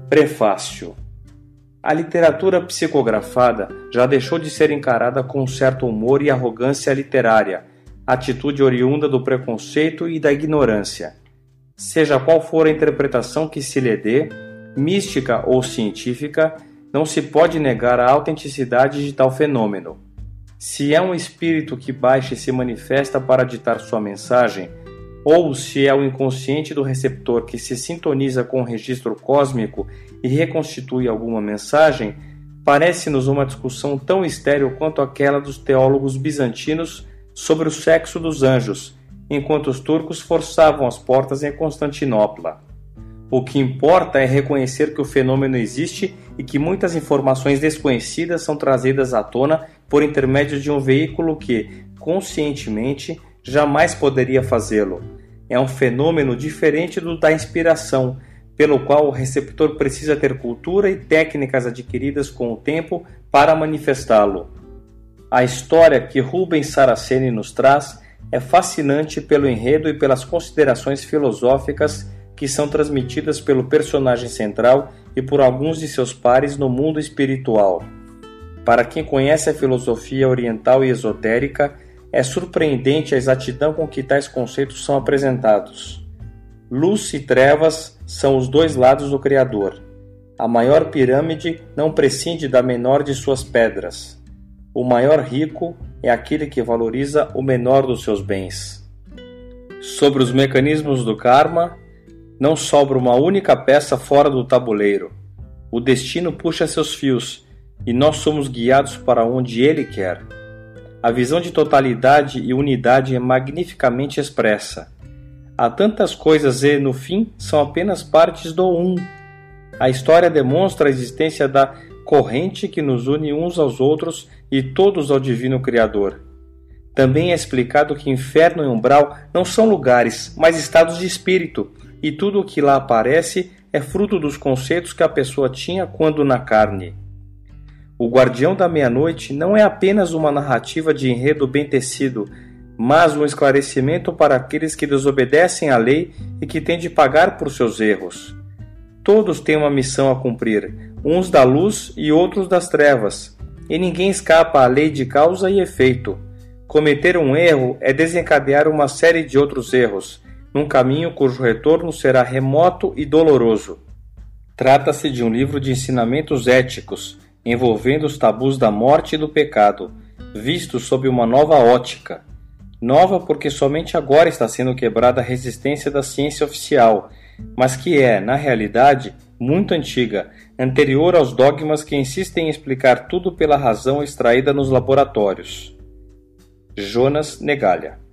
Prefácio. A literatura psicografada já deixou de ser encarada com um certo humor e arrogância literária, atitude oriunda do preconceito e da ignorância. Seja qual for a interpretação que se lhe dê, mística ou científica, não se pode negar a autenticidade de tal fenômeno. Se é um espírito que baixa e se manifesta para ditar sua mensagem, ou se é o inconsciente do receptor que se sintoniza com o registro cósmico e reconstitui alguma mensagem, parece-nos uma discussão tão estéril quanto aquela dos teólogos bizantinos sobre o sexo dos anjos, enquanto os turcos forçavam as portas em Constantinopla. O que importa é reconhecer que o fenômeno existe e que muitas informações desconhecidas são trazidas à tona por intermédio de um veículo que, conscientemente, jamais poderia fazê-lo. É um fenômeno diferente do da inspiração, pelo qual o receptor precisa ter cultura e técnicas adquiridas com o tempo para manifestá-lo. A história que Rubens Saraceni nos traz é fascinante pelo enredo e pelas considerações filosóficas que são transmitidas pelo personagem central e por alguns de seus pares no mundo espiritual. Para quem conhece a filosofia oriental e esotérica, é surpreendente a exatidão com que tais conceitos são apresentados. Luz e trevas são os dois lados do Criador. A maior pirâmide não prescinde da menor de suas pedras. O maior rico é aquele que valoriza o menor dos seus bens. Sobre os mecanismos do karma, não sobra uma única peça fora do tabuleiro. O destino puxa seus fios e nós somos guiados para onde ele quer. A visão de totalidade e unidade é magnificamente expressa. Há tantas coisas e, no fim, são apenas partes do um. A história demonstra a existência da corrente que nos une uns aos outros e todos ao Divino Criador. Também é explicado que inferno e umbral não são lugares, mas estados de espírito, e tudo o que lá aparece é fruto dos conceitos que a pessoa tinha quando na carne. O Guardião da Meia-Noite não é apenas uma narrativa de enredo bem tecido, mas um esclarecimento para aqueles que desobedecem à lei e que têm de pagar por seus erros. Todos têm uma missão a cumprir, uns da luz e outros das trevas, e ninguém escapa à lei de causa e efeito. Cometer um erro é desencadear uma série de outros erros, num caminho cujo retorno será remoto e doloroso. Trata-se de um livro de ensinamentos éticos, envolvendo os tabus da morte e do pecado, vistos sob uma nova ótica. Nova porque somente agora está sendo quebrada a resistência da ciência oficial, mas que é, na realidade, muito antiga, anterior aos dogmas que insistem em explicar tudo pela razão extraída nos laboratórios. Jonas Negalha.